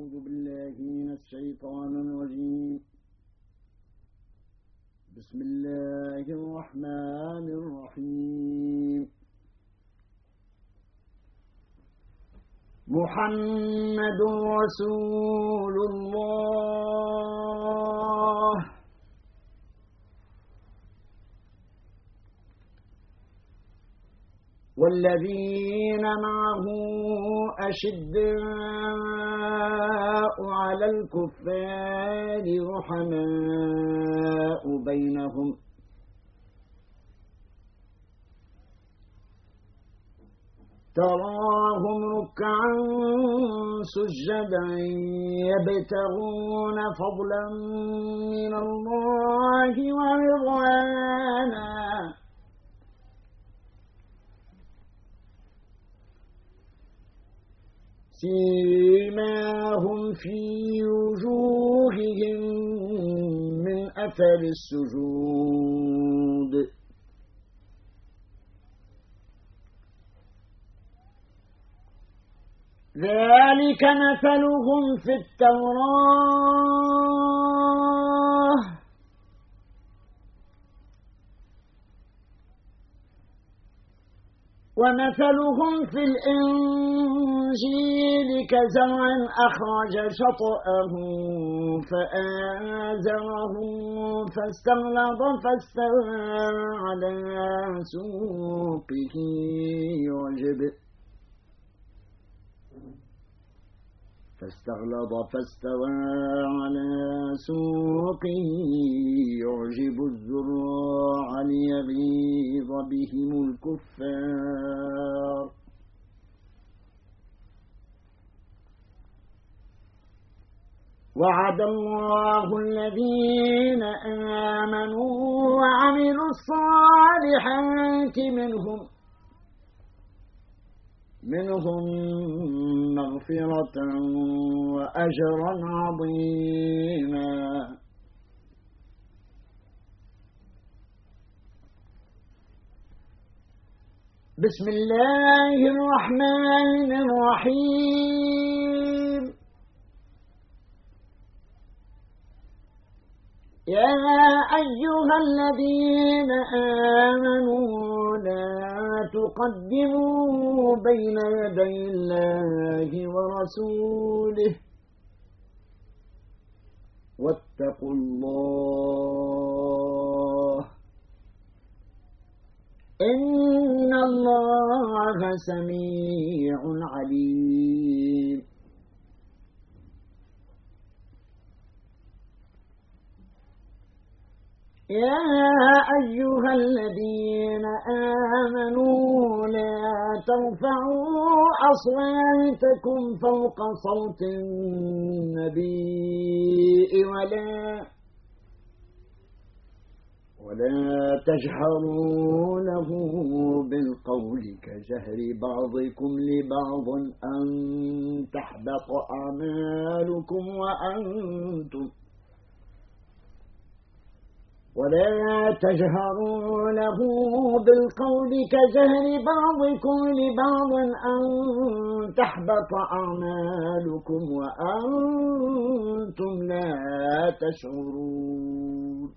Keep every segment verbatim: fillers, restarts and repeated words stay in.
أعوذ بالله من الشيطان الرجيم. بسم الله الرحمن الرحيم. محمد رسول الله والذين معه أشداء على الكفار رحماء بينهم تراهم ركعا سجدا يبتغون فضلا من الله ورضوانا سيماهم في وجوههم من أثر السجود ذلك مثلهم في التوراة ومثلهم في الإنجيل كزرع أخرج شطأه فآزره فاستغلظ فاستوى على سوقه يعجب فاستغلظ فاستوى على سوقه يعجب الزراع ليغيظ بهم الكفار وعد الله الذين آمنوا وعملوا الصالحات منهم منهم مغفرة وأجرا عظيما. بسم الله الرحمن الرحيم. يا أيها الذين آمنوا لا تقدموا بين يدي الله ورسوله واتقوا الله إن الله سميع عليم. يا أيها الذين آمنوا لا ترفعوا أصواتكم فوق صوت النبي ولا ولا تجهروا له بالقول كجهر بعضكم لبعض أن تحبط أعمالكم وأنتم ولا تجهروا له بالقول كجهر بعضكم لبعض أن تحبط أعمالكم وأنتم لا تشعرون.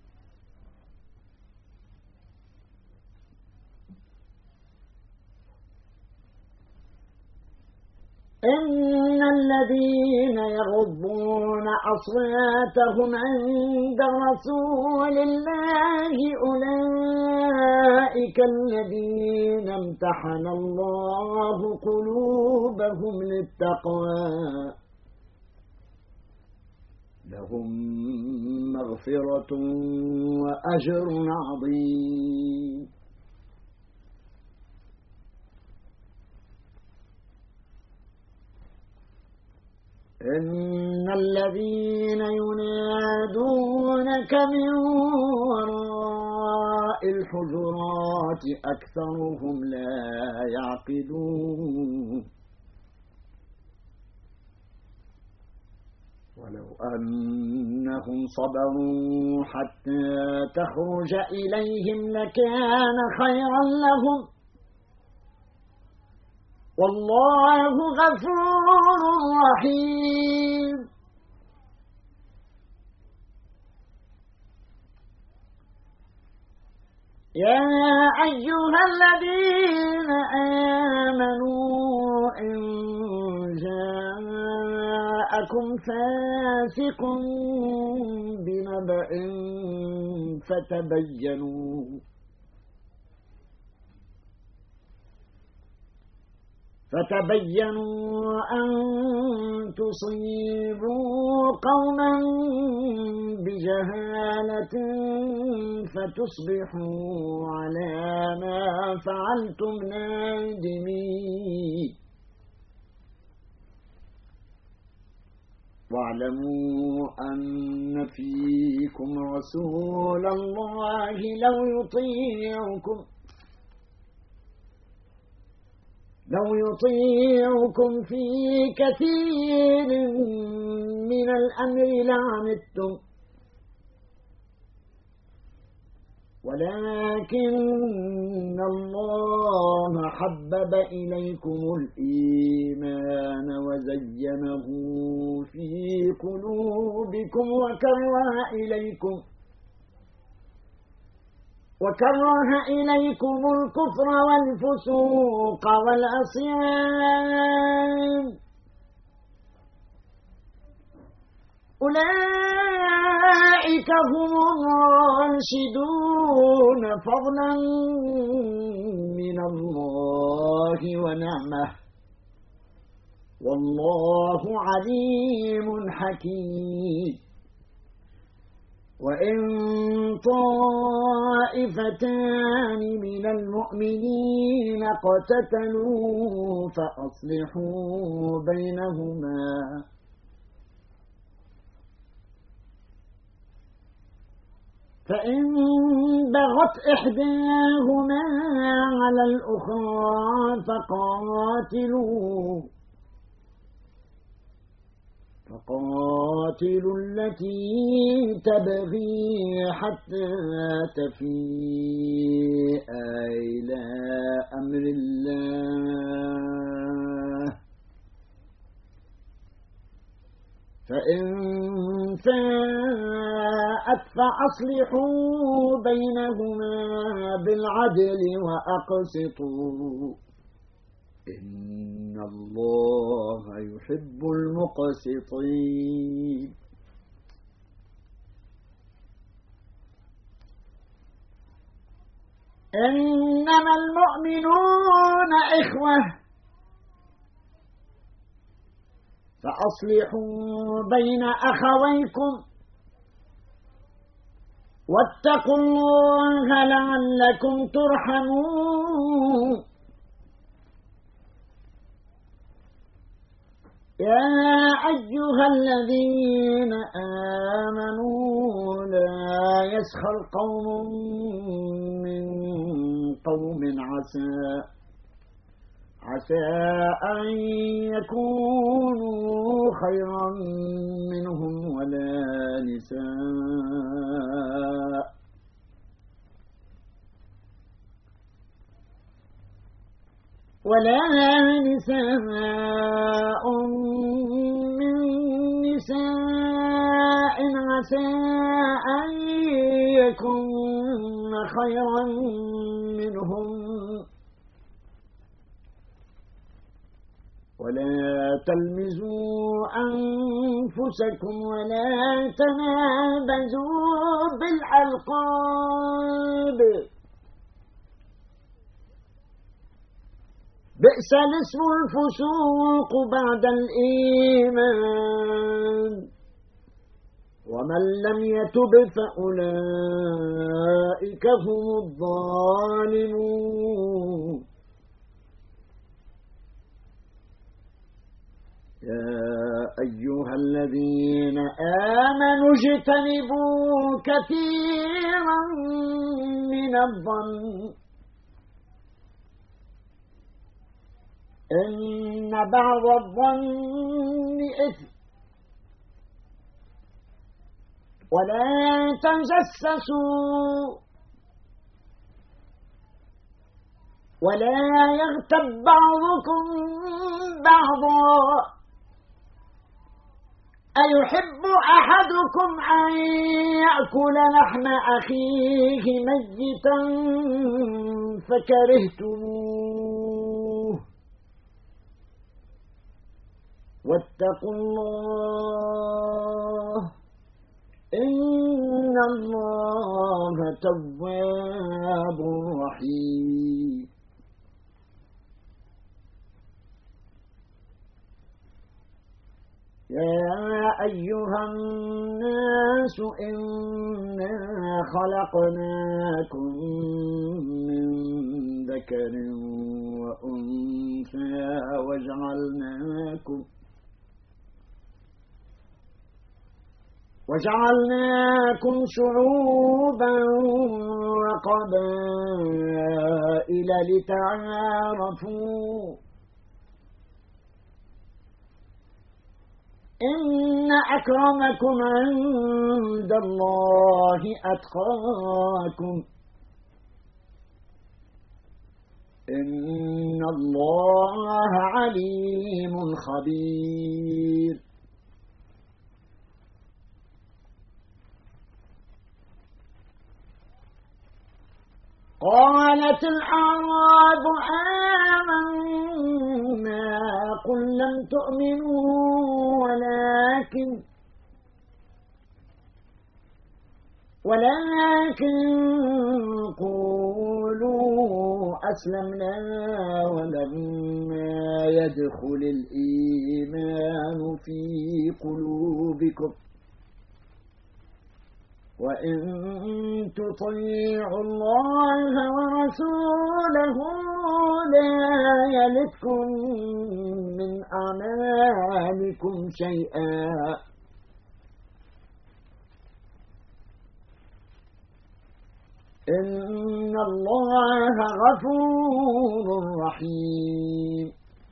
إن الذين يغضون أصواتهم عند رسول الله أولئك الذين امتحن الله قلوبهم للتقوى لهم مغفرة وأجر عظيم. إن الذين ينادونك من وراء الحجرات أكثرهم لا يعقلون ولو أنهم صبروا حتى تخرج إليهم لكان خيرا لهم والله غفور رحيم. يا أيها الذين آمنوا إن جاءكم فاسق بنبأ فتبينوا فتبينوا أن تصيبوا قوما بجهالة فتصبحوا على ما فعلتم نادمين. واعلموا أن فيكم رسول الله لو يطيعكم لو يطيعكم في كثير من الأمر لعنتم ولكن الله حبب إليكم الإيمان وزينه في قلوبكم وكره إليكم وكره إليكم الكفر والفسوق والعصيان أولئك هم الراشدون فضلا من الله ونعمه والله عليم حكيم. وإن طائفتان من المؤمنين اقتتلوا فأصلحوا بينهما فإن بغت إحداهما على الأخرى فقاتلوا فقاتلوا التي تبغي حتى تفيء إلى أمر الله فإن فاءت فأصلحوا بينهما بالعدل وأقسطوا إن الله يحب المقسطين. إنما المؤمنون إخوة فأصلحوا بين أخويكم واتقوا الله لعلكم ترحمون. يا أيها الذين آمنوا لا يسخر قوم من قوم عسى عسى أن يكونوا خيرا منهم ولا نساء ولا نساء من نساء عسى أن يكون خيرا منهم ولا تلمزوا أنفسكم ولا تنابزوا بالألقاب بئس الاسم الفسوق بعد الإيمان ومن لم يتب فأولئك هم الظالمون. يا أيها الذين آمنوا اجتنبوا كثيرا من الظن إن بعض الظن إثم ولا تجسسوا ولا يغتب بعضكم بعضا أيحب أحدكم أن يأكل لحم أخيه ميتا فكرهتموه واتقوا الله إن الله تواب رحيم يا أيها الناس إنا خلقناكم من ذكر وأنثى وجعلناكم وجعلناكم شعوبا وقبائل لتعارفوا إن أكرمكم عند الله أتقاكم إن الله عليم خبير قالت الأعراب آمنا قل لم تؤمنوا ولكن ولكن قولوا أسلمنا ولما يدخل الإيمان في قلوبكم وإن تطيعوا الله ورسوله لا يلدكم من أعمالكم شيئا إن الله غفور رحيم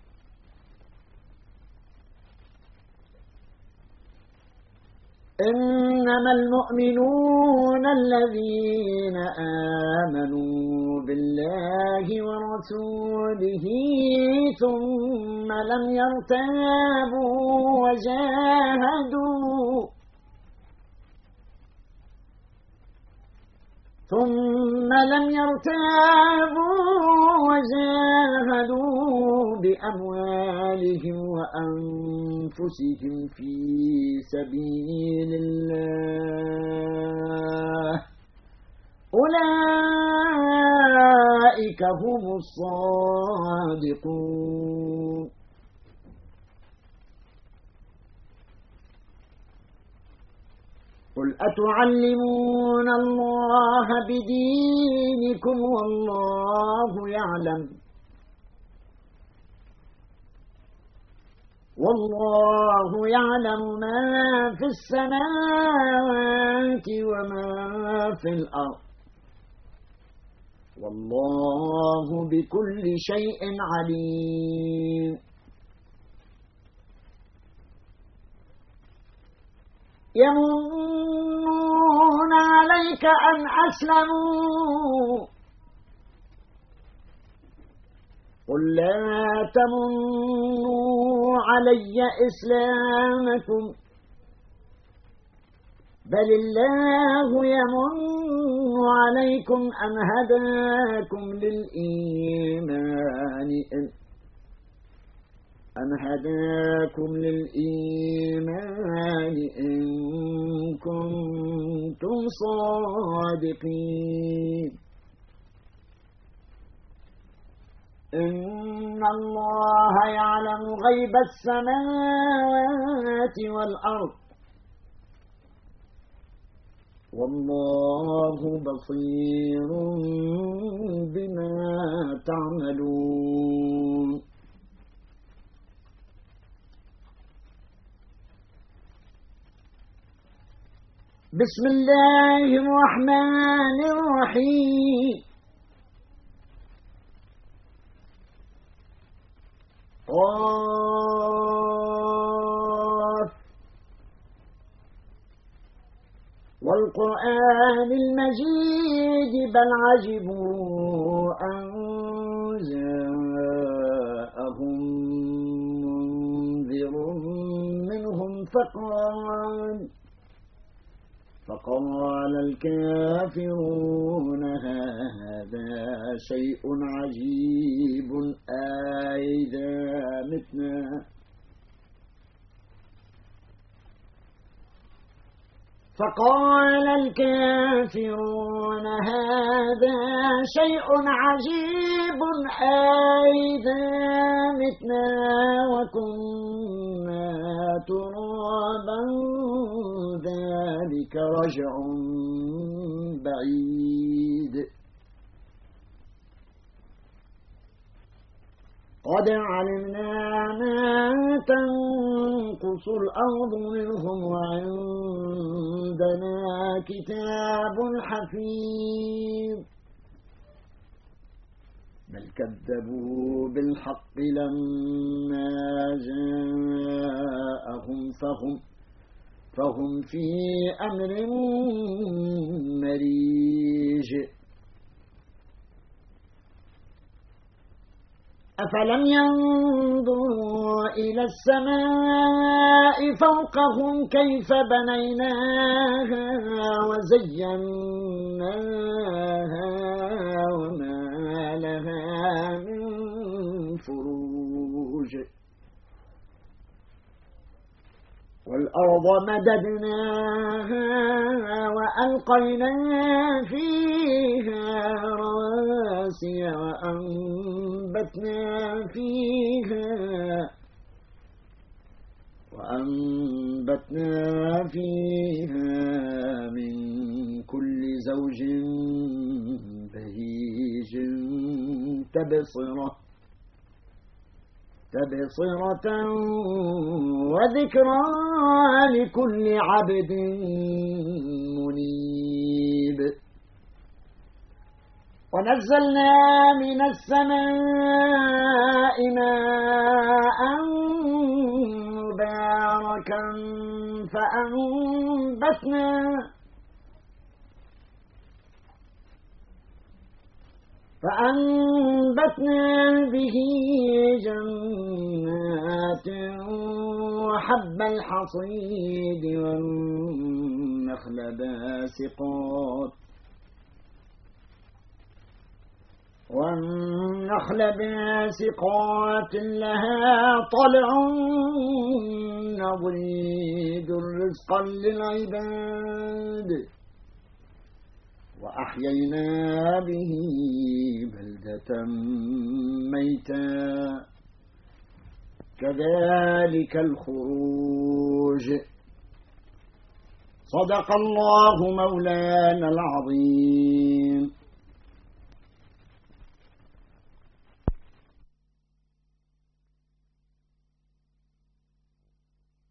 إنما المؤمنون الذين آمنوا بالله ورسوله ثم لم يرتابوا وجاهدوا ثم لم يرتابوا وجاهدوا بأموالهم وأنفسهم في سبيل الله أولئك هم الصادقون قل أتعلمون الله بدينكم والله يعلم والله يعلم ما في السماوات وما في الأرض والله بكل شيء عليم يمنون عليك أن أسلموا قل لا تمنوا علي إسلامكم بل الله يمن عليكم أن هداكم للإيمان أن هداكم للإيمان إن كنتم صادقين إن الله يعلم غيب السماوات والأرض والله بصير بما تعملون بسم الله الرحمن الرحيم قاف والقرآن المجيد بل عجبوا أن فقال فقال الكافرون هذا شيء عجيب أئذا متنا فقال الكافرون هذا شيء عجيب أئذا متنا وكنا ترابا ذلك رجع بعيد قد علمنا ما تنقص الأرض منهم وعندنا كتاب حفيظ بل كذبوا بالحق لما جاءهم فهم فهم في أمر مريج أفلم ينظروا إلى السماء فوقهم كيف بنيناها وزيناها وما لها من فروج والأرض مددناها وألقينا فيها رواسي وأنبتنا فيها وأنبتنا فيها من كل زوج بهيج تبصرة تبصرة وذكرى لكل عبد منيب ونزلنا من السماء ماء مباركا فأنبتنا فأنبتنا به جنات وحب الحصيد والنخل باسقات والنخل باسقات لها طلع نضيد رزقا للعباد وأحيينا به بلدة ميتا كذلك الخروج صدق الله مولانا العظيم.